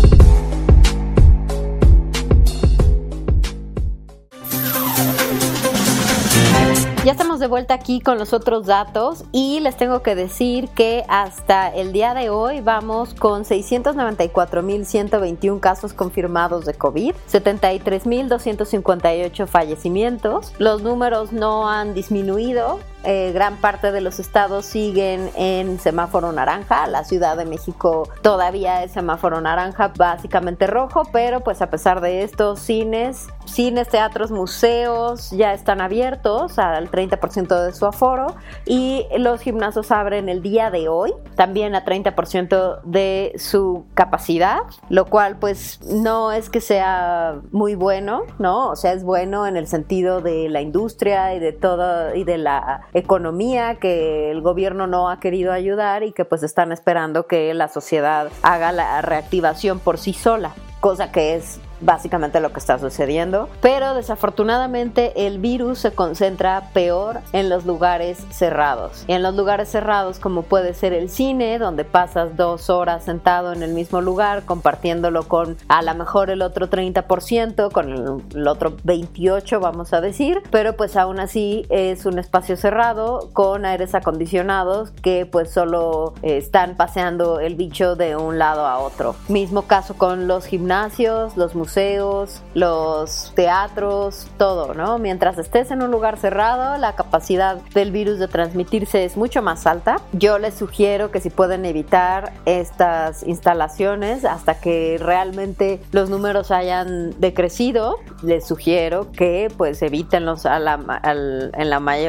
Ya estamos de vuelta aquí con los otros datos y les tengo que decir que hasta el día de hoy vamos con seiscientos noventa y cuatro mil ciento veintiuno casos confirmados de COVID, setenta y tres mil doscientos cincuenta y ocho fallecimientos. Los números no han disminuido. Eh, gran parte de los estados siguen en semáforo naranja. La Ciudad de México todavía es semáforo naranja, básicamente rojo, pero pues a pesar de esto, cines, cines, teatros, museos ya están abiertos al treinta por ciento de su aforo y los gimnasios abren el día de hoy, también a treinta por ciento de su capacidad, lo cual pues no es que sea muy bueno, ¿no? O sea, es bueno en el sentido de la industria y de todo y de la economía que el gobierno no ha querido ayudar y que pues están esperando que la sociedad haga la reactivación por sí sola, cosa que es básicamente lo que está sucediendo, pero desafortunadamente el virus se concentra peor en los lugares cerrados. Y en los lugares cerrados, como puede ser el cine, donde pasas dos horas sentado en el mismo lugar, compartiéndolo con a lo mejor el otro treinta por ciento, con el, el otro veintiocho por ciento vamos a decir, pero pues aún así es un espacio cerrado con aires acondicionados que pues solo eh, están paseando el bicho de un lado a otro. Mismo caso con los gimnasios, los museos, museos, los teatros, todo, ¿no? Mientras estés en un lugar cerrado, la capacidad del virus de transmitirse es mucho más alta. Yo les sugiero que si pueden evitar estas instalaciones hasta que realmente los números hayan decrecido, les sugiero que pues evítenlos a la, al, en la mayor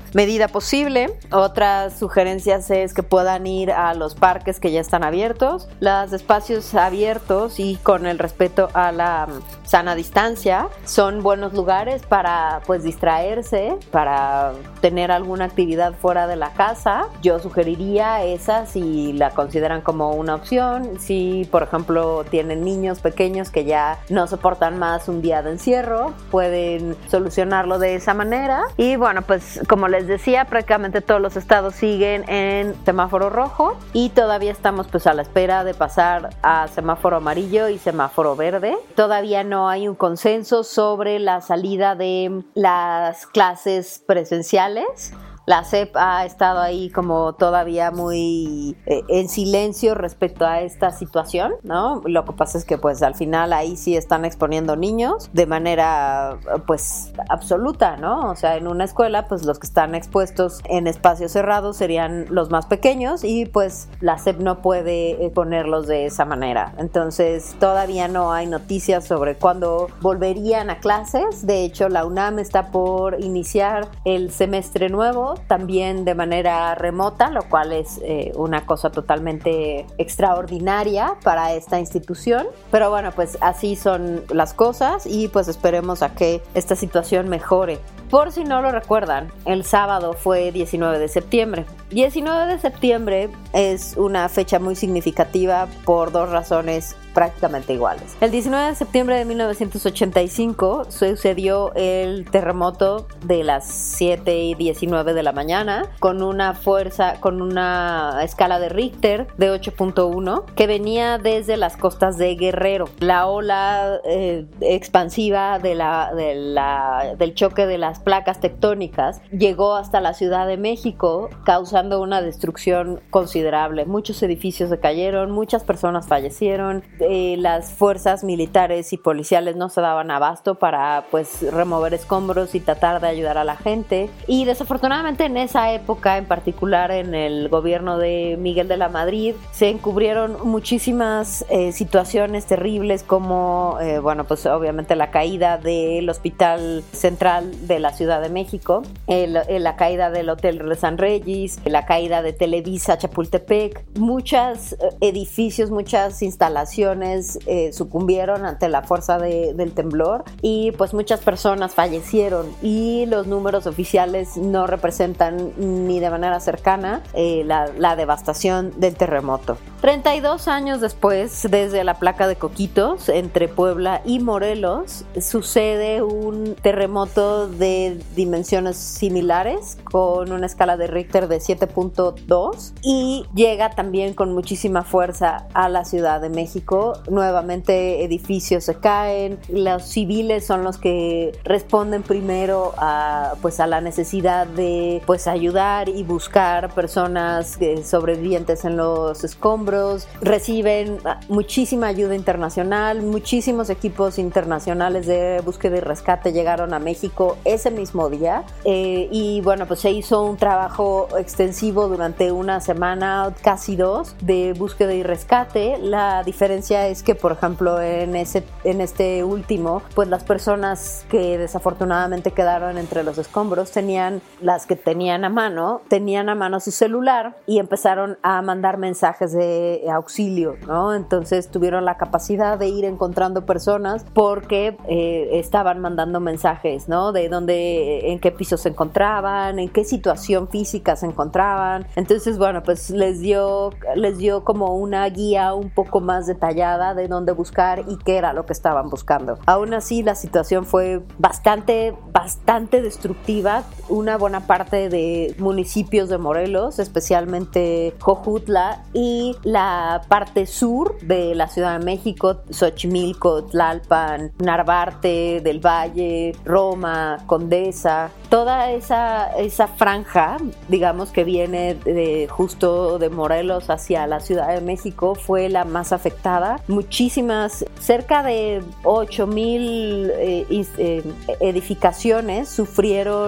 medida posible. Otras sugerencias es que puedan ir a los parques que ya están abiertos. Los espacios abiertos y con el respeto a la sana distancia son buenos lugares para pues distraerse, para tener alguna actividad fuera de la casa. Yo sugeriría esa si la consideran como una opción. Si por ejemplo tienen niños pequeños que ya no soportan más un día de encierro, pueden solucionarlo de esa manera. Y bueno, pues como les decía, prácticamente todos los estados siguen en semáforo rojo y todavía estamos pues a la espera de pasar a semáforo amarillo y semáforo verde. Todavía no hay un consenso sobre la salida de las clases presenciales. La S E P ha estado ahí como todavía muy eh, en silencio respecto a esta situación, ¿no? Lo que pasa es que pues al final ahí sí están exponiendo niños de manera pues absoluta, ¿no? O sea, en una escuela pues los que están expuestos en espacios cerrados serían los más pequeños y pues la S E P no puede ponerlos de esa manera. Entonces todavía no hay noticias sobre cuándo volverían a clases. De hecho, la UNAM está por iniciar el semestre nuevo también de manera remota, lo cual es eh, una cosa totalmente extraordinaria para esta institución. Pero bueno, pues así son las cosas y pues esperemos a que esta situación mejore. Por si no lo recuerdan, el sábado fue diecinueve de septiembre. diecinueve de septiembre es una fecha muy significativa por dos razones prácticamente iguales. El diecinueve de septiembre de mil novecientos ochenta y cinco sucedió el terremoto de las siete y diecinueve de la mañana con una fuerza, con una escala de Richter de ocho punto uno que venía desde las costas de Guerrero. La ola eh, expansiva de la, de la, del choque de las placas tectónicas llegó hasta la Ciudad de México, causando una destrucción considerable. Muchos edificios se cayeron, muchas personas fallecieron. Eh, las fuerzas militares y policiales no se daban abasto para pues remover escombros y tratar de ayudar a la gente. Y desafortunadamente en esa época, en particular en el gobierno de Miguel de la Madrid, se encubrieron muchísimas eh, situaciones terribles como, eh, bueno, pues obviamente la caída del Hospital Central de la Ciudad de México, el, el, la caída del Hotel San Regis, la caída de Televisa Chapultepec. Muchos eh, edificios, muchas instalaciones eh, sucumbieron ante la fuerza de, del temblor y pues muchas personas fallecieron y los números oficiales no representan ni de manera cercana eh, la, la devastación del terremoto. treinta y dos años después, desde la placa de Coquitos, entre Puebla y Morelos, sucede un terremoto de dimensiones similares con una escala de Richter de siete punto dos y llega también con muchísima fuerza a la Ciudad de México. Nuevamente edificios se caen, los civiles son los que responden primero a, pues, a la necesidad de pues, ayudar y buscar personas eh, sobrevivientes en los escombros. Reciben muchísima ayuda internacional, muchísimos equipos internacionales de búsqueda y rescate llegaron a México ese mismo día eh, y bueno, pues se hizo un trabajo extensivo durante una semana, casi dos, de búsqueda y rescate. La diferencia es que, por ejemplo, en, ese, en este último, pues las personas que desafortunadamente quedaron entre los escombros tenían, las que tenían a mano, tenían a mano su celular y empezaron a mandar mensajes de auxilio, ¿no? Entonces tuvieron la capacidad de ir encontrando personas porque eh, estaban mandando mensajes, ¿no? De dónde, en qué piso se encontraban, en qué situación física se encontraban. Entonces, bueno, pues les dio, les dio como una guía un poco más detallada de dónde buscar y qué era lo que estaban buscando. Aún así, la situación fue bastante, bastante destructiva. Una buena parte de municipios de Morelos, especialmente Jojutla, y la parte sur de la Ciudad de México, Xochimilco, Tlalpan, Narvarte del Valle, Roma, Condesa, toda esa, esa franja, digamos, que viene de, justo de Morelos hacia la Ciudad de México, fue la más afectada. Muchísimas, cerca de ocho mil eh, eh, edificaciones sufrieron ya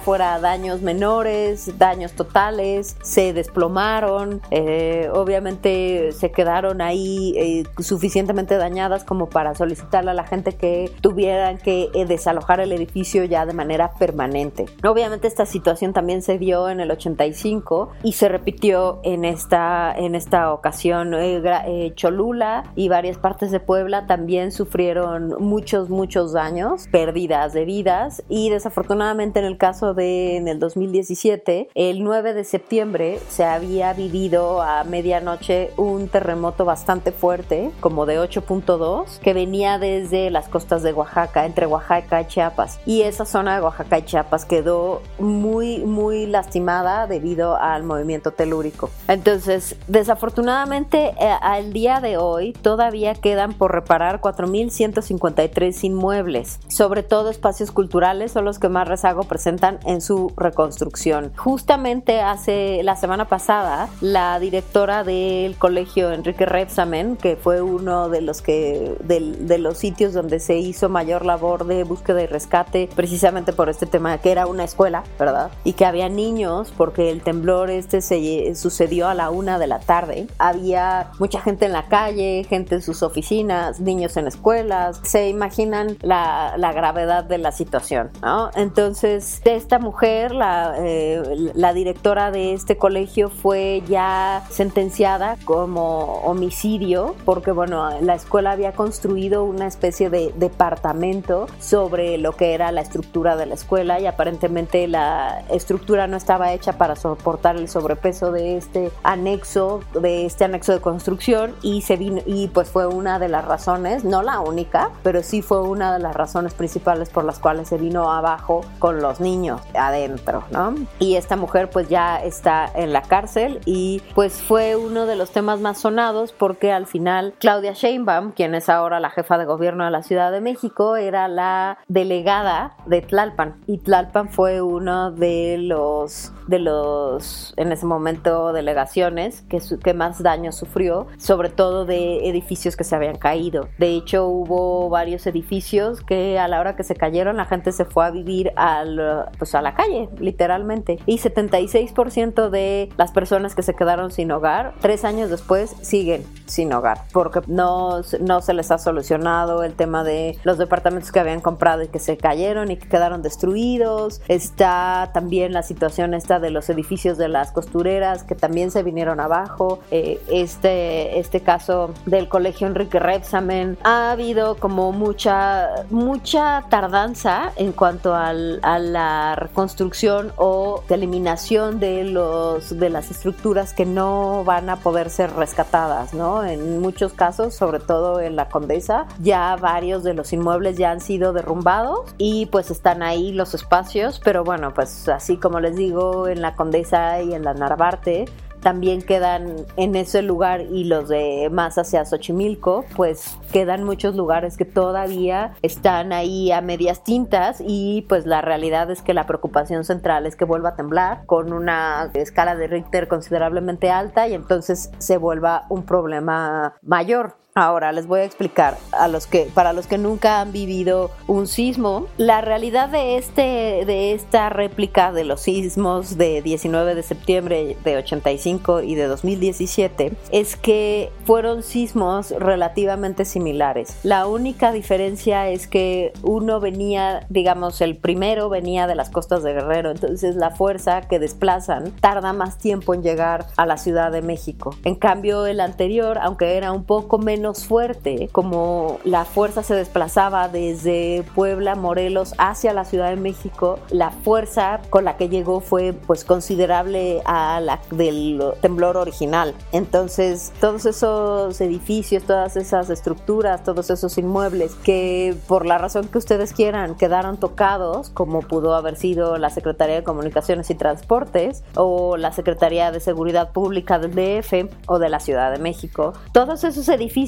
fuera daños menores, daños totales, se desplomaron, eh, obviamente se quedaron ahí eh, suficientemente dañadas como para solicitarle a la gente que tuvieran que eh, desalojar el edificio ya de manera permanente. Obviamente esta situación también se dio en el ochenta y cinco y se repitió en esta, en esta ocasión. Eh, eh, Cholula y varias partes de Puebla también sufrieron muchos, muchos daños, pérdidas de vidas, y desafortunadamente en el caso de en el dos mil diecisiete, el nueve de septiembre se había vivido a medianoche un terremoto bastante fuerte, como de ocho punto dos, que venía desde las costas de Oaxaca, entre Oaxaca y Chiapas, y esa zona de Oaxaca y Chiapas quedó muy, muy lastimada debido al movimiento telúrico. Entonces, desafortunadamente, eh, al día de hoy todavía quedan por reparar cuatro mil ciento cincuenta y tres inmuebles, sobre todo espacios culturales son los que más rezago presentan en su reconstrucción. Justamente hace la semana pasada, la directora del colegio Enrique Rebsamen, que fue uno de los que de, de los sitios donde se hizo mayor labor de búsqueda y rescate, precisamente por este tema, que era una escuela, ¿verdad? Y que había niños, porque el temblor este se sucedió a la una de la tarde. Había mucha gente en la calle, gente en sus oficinas, niños en escuelas. Se imaginan la, la gravedad de la situación, ¿no? Entonces, esta mujer, la, eh, la directora de este colegio, fue ya sentenciada como homicidio, porque, bueno, la escuela había construido una especie de departamento sobre lo que era la estructura de la escuela, y aparentemente la estructura no estaba hecha para soportar el sobrepeso de este anexo, de este anexo de construcción, y se vino, y pues fue una de las razones, no la única, pero sí fue una de las razones principales por las cuales se vino abajo con los niños adentro, ¿no? Y esta mujer pues ya está en la cárcel, y pues fue uno de los temas más sonados porque al final Claudia Sheinbaum, quien es ahora la jefa de gobierno de la Ciudad de México, era la delegada de Tlalpan, y Tlalpan fue uno de los de los en ese momento delegaciones que, que más daño sufrió, sobre todo de edificios que se habían caído. De hecho, hubo varios edificios que a la hora que se cayeron la gente se fue a vivir al, pues a la calle, literalmente, y setenta y seis por ciento de las personas que se quedaron sin hogar, tres años después siguen sin hogar, porque no, no se les ha solucionado el tema de los departamentos que habían comprado y que se cayeron y que quedaron destruidos. Está también la situación esta de los edificios de las costureras que también se vinieron abajo. Eh, este, este caso del colegio Enrique Rebsamen, ha habido como mucha, mucha tardanza en cuanto al, a la reconstrucción o de eliminación de, los, de las estructuras que no van a poder ser rescatadas, ¿no? En muchos casos, sobre todo en la Condesa, ya varios de los inmuebles ya han sido derrumbados y pues están ahí los espacios, pero bueno, pues así como les digo, en la Condesa y en la Narvarte también quedan en ese lugar, y los de más hacia Xochimilco, pues quedan muchos lugares que todavía están ahí a medias tintas, y pues la realidad es que la preocupación central es que vuelva a temblar con una escala de Richter considerablemente alta y entonces se vuelva un problema mayor. Ahora les voy a explicar a los que, para los que nunca han vivido un sismo, la realidad de este, de esta réplica de los sismos de diecinueve de septiembre de ochenta y cinco y de dos mil diecisiete es que fueron sismos relativamente similares. La única diferencia es que uno venía, digamos, el primero venía de las costas de Guerrero, entonces la fuerza que desplazan tarda más tiempo en llegar a la Ciudad de México. En cambio, el anterior, aunque era un poco menos fuerte, como la fuerza se desplazaba desde Puebla, Morelos hacia la Ciudad de México, la fuerza con la que llegó fue pues considerable a la del temblor original. Entonces todos esos edificios, todas esas estructuras, todos esos inmuebles que por la razón que ustedes quieran quedaron tocados, como pudo haber sido la Secretaría de Comunicaciones y Transportes o la Secretaría de Seguridad Pública del D F o de la Ciudad de México, todos esos edificios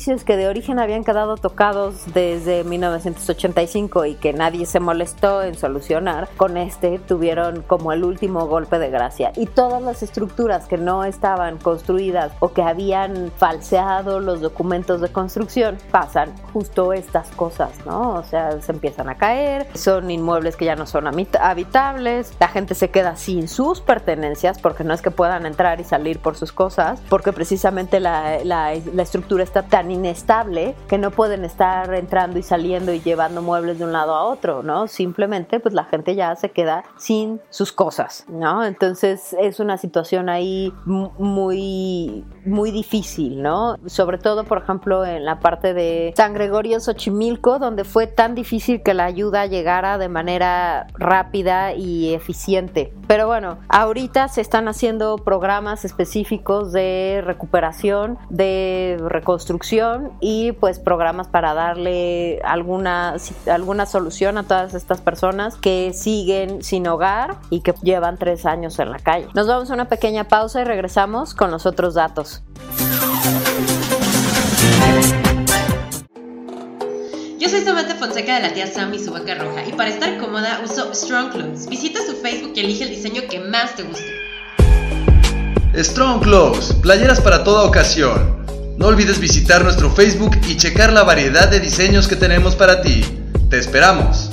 servicios que de origen habían quedado tocados desde mil novecientos ochenta y cinco y que nadie se molestó en solucionar, con este tuvieron como el último golpe de gracia. Y todas las estructuras que no estaban construidas o que habían falseado los documentos de construcción, pasan justo estas cosas, ¿no? O sea, se empiezan a caer, son inmuebles que ya no son habitables, la gente se queda sin sus pertenencias porque no es que puedan entrar y salir por sus cosas, porque precisamente la, la, la estructura está tan inestable que no pueden estar entrando y saliendo y llevando muebles de un lado a otro, ¿no? Simplemente pues la gente ya se queda sin sus cosas, ¿no? Entonces es una situación ahí muy, muy difícil, ¿no? Sobre todo, por ejemplo, en la parte de San Gregorio Xochimilco, donde fue tan difícil que la ayuda llegara de manera rápida y eficiente. Pero bueno, ahorita se están haciendo programas específicos de recuperación, de reconstrucción y pues programas para darle alguna, alguna solución a todas estas personas que siguen sin hogar y que llevan tres años en la calle. Nos vamos a una pequeña pausa y regresamos con los otros datos. Yo soy Samantha Fonseca de la tía Sam y su vaca roja, y para estar cómoda uso Strong Clothes. Visita su Facebook y elige el diseño que más te guste. Strong Clothes, playeras para toda ocasión. No olvides visitar nuestro Facebook y checar la variedad de diseños que tenemos para ti. ¡Te esperamos!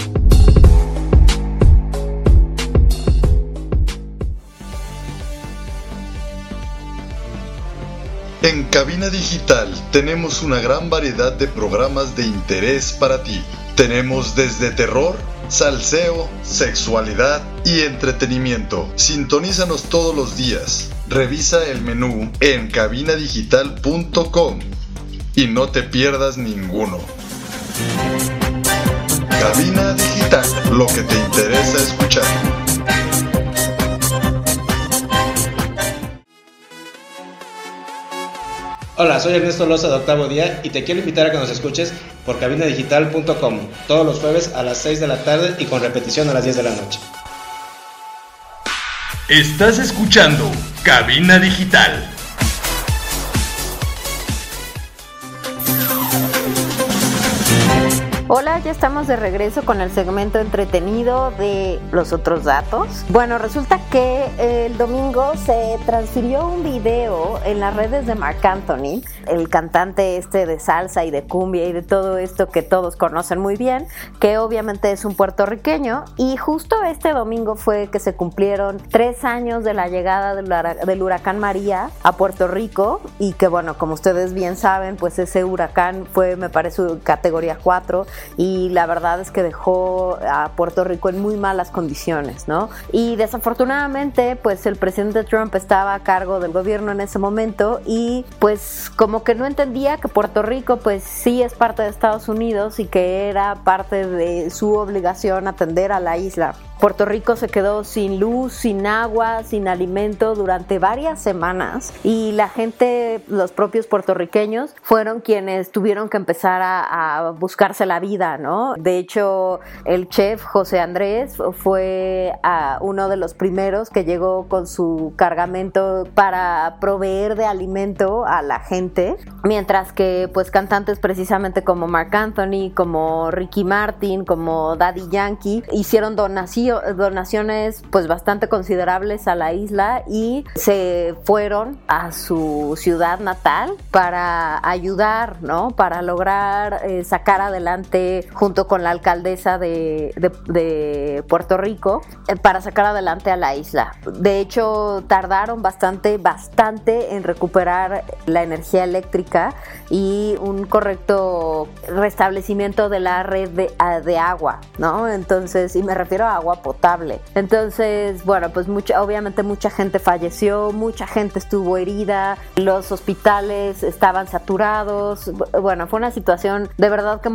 En Cabina Digital tenemos una gran variedad de programas de interés para ti. Tenemos desde terror, salseo, sexualidad y entretenimiento. Sintonízanos todos los días. Revisa el menú en cabina digital punto com y no te pierdas ninguno. Cabina Digital, lo que te interesa escuchar. Hola, soy Ernesto Loza de Octavo Día y te quiero invitar a que nos escuches por cabina digital punto com todos los jueves a las seis de la tarde y con repetición a las diez de la noche. Estás escuchando Cabina Digital. Hola, ya estamos de regreso con el segmento entretenido de los otros datos. Bueno, resulta que el domingo se transfirió un video en las redes de Marc Anthony, el cantante este de salsa y de cumbia y de todo esto que todos conocen muy bien, que obviamente es un puertorriqueño, y justo este domingo fue que se cumplieron tres años de la llegada del huracán María a Puerto Rico, y que bueno, como ustedes bien saben, pues ese huracán fue, me parece, categoría cuatro, y la verdad es que dejó a Puerto Rico en muy malas condiciones, ¿no? Y desafortunadamente, pues el presidente Trump estaba a cargo del gobierno en ese momento y pues como que no entendía que Puerto Rico pues sí es parte de Estados Unidos y que era parte de su obligación atender a la isla. Puerto Rico se quedó sin luz, sin agua, sin alimento durante varias semanas, y la gente, los propios puertorriqueños, fueron quienes tuvieron que empezar a, a buscarse la vida, ¿no? De hecho, el chef José Andrés fue a uno de los primeros que llegó con su cargamento para proveer de alimento a la gente, mientras que pues cantantes precisamente como Marc Anthony, como Ricky Martin, como Daddy Yankee hicieron donaciones donaciones pues bastante considerables a la isla y se fueron a su ciudad natal para ayudar, ¿no? Para lograr eh, sacar adelante, junto con la alcaldesa de, de, de Puerto Rico, eh, para sacar adelante a la isla. De hecho, tardaron bastante, bastante en recuperar la energía eléctrica y un correcto restablecimiento de la red de, de agua, ¿no? Entonces, y me refiero a agua potable. Entonces, bueno, pues mucha, obviamente mucha gente falleció, mucha gente estuvo herida, los hospitales estaban saturados. Bueno, fue una situación de verdad que muy complicada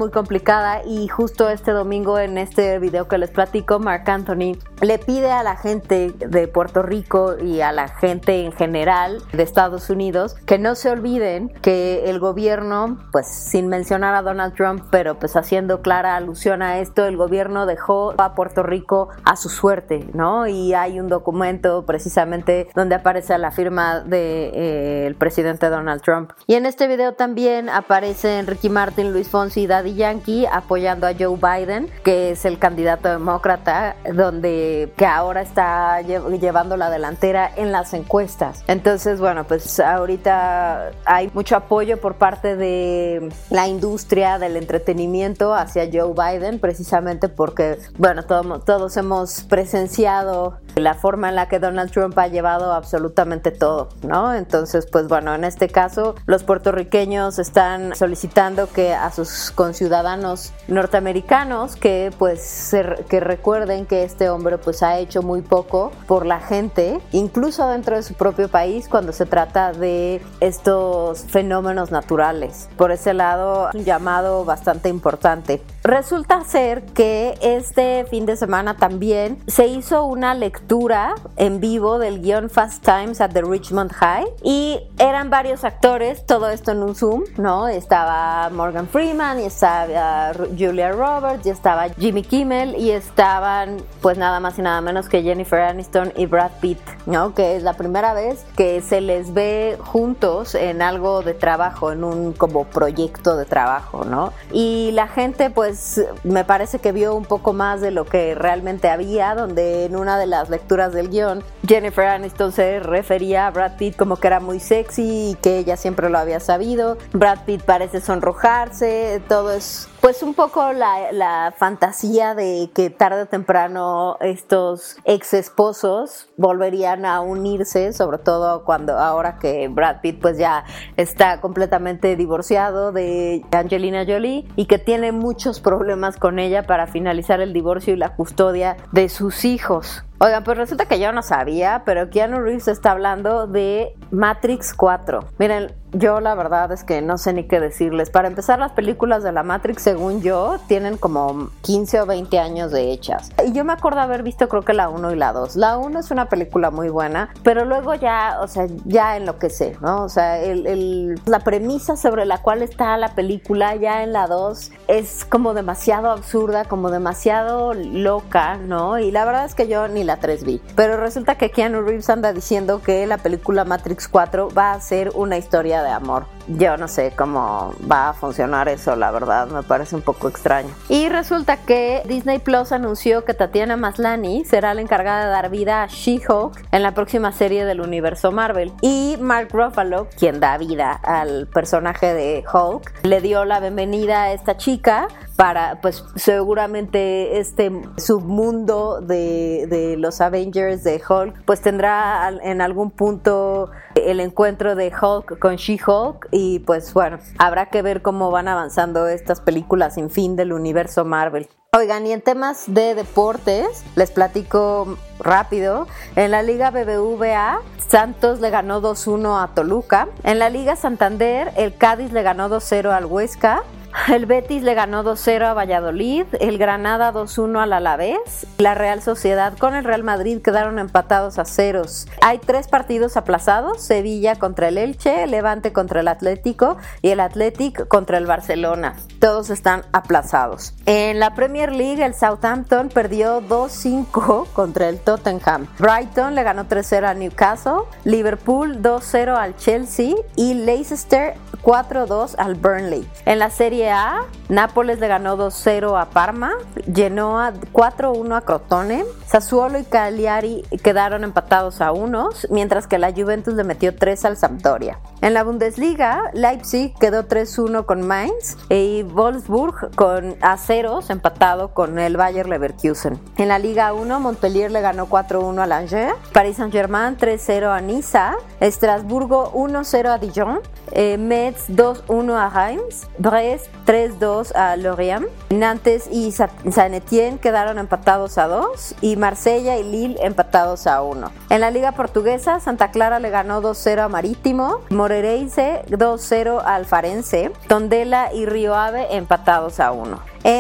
complicada, y justo este domingo en este video que les platico, Marc Anthony le pide a la gente de Puerto Rico y a la gente en general de Estados Unidos que no se olviden que el gobierno, pues sin mencionar a Donald Trump, pero pues haciendo clara alusión a esto, el gobierno dejó a Puerto Rico a su suerte, ¿no? Y hay un documento precisamente donde aparece la firma del de, eh, presidente Donald Trump. Y en este video también aparecen Ricky Martin, Luis Fonsi y Daddy Yankee apoyando a Joe Biden, que es el candidato demócrata, donde que ahora está lle- llevando la delantera en las encuestas. Entonces, bueno, pues ahorita hay mucho apoyo por parte de la industria del entretenimiento hacia Joe Biden, precisamente porque, bueno, todo, todos hemos presenciado la forma en la que Donald Trump ha llevado absolutamente todo, ¿no? Entonces, pues bueno, en este caso, los puertorriqueños están solicitando que a sus conciudadanos norteamericanos que, pues, se, que recuerden que este hombre, pues, ha hecho muy poco por la gente, incluso dentro de su propio país, cuando se trata de estos fenómenos naturales. Por ese lado, un llamado bastante importante. Resulta ser que este fin de semana también se hizo una lectura en vivo del guión Fast Times at the Richmond High, y eran varios actores, todo esto en un Zoom, ¿no? Estaba Morgan Freeman, y estaba Julia Roberts, y estaba Jimmy Kimmel, y estaban pues nada más y nada menos que Jennifer Aniston y Brad Pitt, ¿no? Que es la primera vez que se les ve juntos en algo de trabajo, en un como proyecto de trabajo, ¿no? Y la gente pues me parece que vio un poco más de lo que realmente había, donde en una de las lecturas del guión Jennifer Aniston se refería a Brad Pitt como que era muy sexy y que ella siempre lo había sabido. Brad Pitt parece sonrojarse, todo es pues un poco la, la fantasía de que tarde o temprano estos ex esposos volverían a unirse, sobre todo cuando ahora que Brad Pitt pues ya está completamente divorciado de Angelina Jolie y que tiene muchos problemas con ella para finalizar el divorcio y la custodia de sus hijos. Oigan, pues resulta que yo no sabía, pero Keanu Reeves está hablando de Matrix cuatro. Miren, yo la verdad es que no sé ni qué decirles. Para empezar, las películas de la Matrix, según yo, tienen como quince o veinte años de hechas. Y yo me acuerdo haber visto creo que la uno y la dos. La uno es una película muy buena, pero luego ya, o sea, ya enloquecé, ¿no? O sea, el, el, la premisa sobre la cual está la película ya en la dos es como demasiado absurda, como demasiado loca, ¿no? Y la verdad es que yo ni la tres vi. Pero resulta que Keanu Reeves anda diciendo que la película Matrix cuatro va a ser una historia de amor. Yo no sé cómo va a funcionar eso, la verdad, me parece un poco extraño. Y resulta que Disney Plus anunció que Tatiana Maslany será la encargada de dar vida a She-Hulk en la próxima serie del universo Marvel. Y Mark Ruffalo, quien da vida al personaje de Hulk, le dio la bienvenida a esta chica para, pues, seguramente este submundo de, de los Avengers de Hulk, pues tendrá en algún punto el encuentro de Hulk con She-Hulk y, pues, bueno, habrá que ver cómo van avanzando estas películas sin fin del universo Marvel. Oigan, y en temas de deportes, les platico rápido. En la Liga B B V A, Santos le ganó dos uno a Toluca. En la Liga Santander, el Cádiz le ganó dos cero al Huesca. El Betis le ganó dos cero a Valladolid, el Granada dos uno al Alavés, la Real Sociedad con el Real Madrid quedaron empatados a ceros. Hay tres partidos aplazados, Sevilla contra el Elche, Levante contra el Atlético y el Athletic contra el Barcelona. Todos están aplazados. En la Premier League, el Southampton perdió dos cinco contra el Tottenham. Brighton le ganó tres cero a Newcastle, Liverpool dos cero al Chelsea y Leicester cuatro dos al Burnley. En la Serie A, Nápoles le ganó dos cero a Parma, Genoa cuatro uno a Crotone, Sassuolo y Cagliari quedaron empatados a unos, mientras que la Juventus le metió tres al Sampdoria. En la Bundesliga, Leipzig quedó tres uno con Mainz y Wolfsburg con a ceros empatado con el Bayer Leverkusen. En la Liga uno, Montpellier le ganó cuatro uno al Angers, Paris Saint-Germain tres cero a Niza, Estrasburgo uno cero a Dijon, eh, Metz dos uno a Reims, Brest tres dos a Lorient, Nantes y Saint-Étienne quedaron empatados a dos y Marsella y Lille empatados a uno. En la Liga Portuguesa, Santa Clara le ganó dos cero a Marítimo, Moreirense dos cero al Farense, Tondela y Río Ave empatados a uno.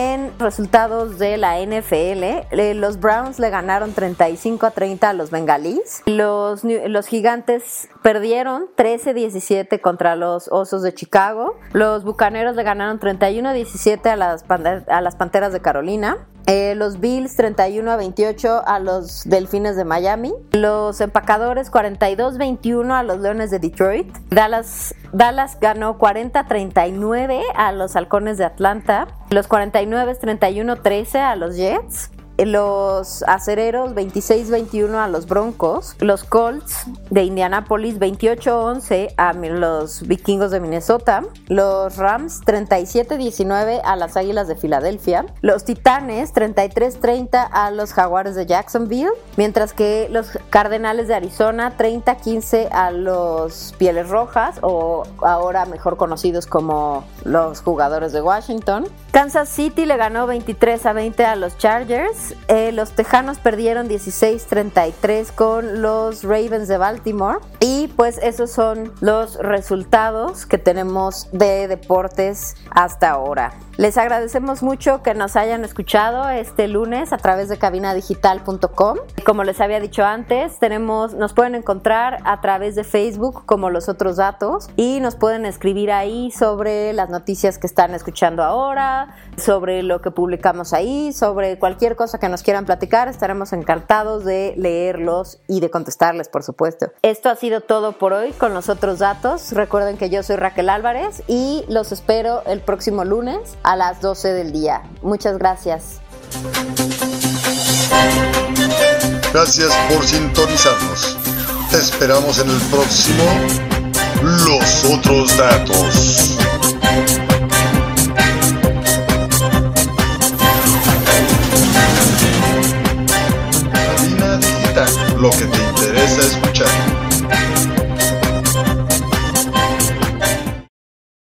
Resultados de la N F L. Eh, los Browns le ganaron treinta y cinco a treinta a los Bengalíes. Los, los Gigantes perdieron trece a diecisiete contra los Osos de Chicago. Los Bucaneros le ganaron treinta y uno a diecisiete a las, a las Panteras de Carolina. Eh, los Bills treinta y uno a veintiocho a los Delfines de Miami. Los Empacadores cuarenta y dos a veintiuno a los Leones de Detroit. Dallas, Dallas ganó cuarenta a treinta y nueve a los Halcones de Atlanta. Los cuarenta y nueve treinta y uno a trece a los Jets. Los Acereros veintiséis a veintiuno a los Broncos. Los Colts de Indianápolis veintiocho a once a los Vikingos de Minnesota. Los Rams treinta y siete a diecinueve a las Águilas de Filadelfia. Los Titanes treinta y tres a treinta a los Jaguares de Jacksonville. Mientras que los Cardenales de Arizona treinta a quince a los Pieles Rojas, o ahora mejor conocidos como los Jugadores de Washington. Kansas City le ganó veintitrés a veinte a los Chargers. Eh, los Tejanos perdieron dieciséis a treinta y tres con los Ravens de Baltimore. Y pues esos son los resultados que tenemos de deportes hasta ahora. Les agradecemos mucho que nos hayan escuchado este lunes a través de cabina digital punto com. Como les había dicho antes, tenemos, nos pueden encontrar a través de Facebook como Los Otros Datos, y nos pueden escribir ahí sobre las noticias que están escuchando ahora, sobre lo que publicamos ahí, sobre cualquier cosa que nos quieran platicar. Estaremos encantados de leerlos y de contestarles, por supuesto. Esto ha sido todo por hoy con Los Otros Datos. Recuerden que yo soy Raquel Álvarez y los espero el próximo lunes a las doce del día. Muchas gracias. Gracias por sintonizarnos. Te esperamos en el próximo Los Otros Datos. Cabina Digital, lo que te interesa escuchar.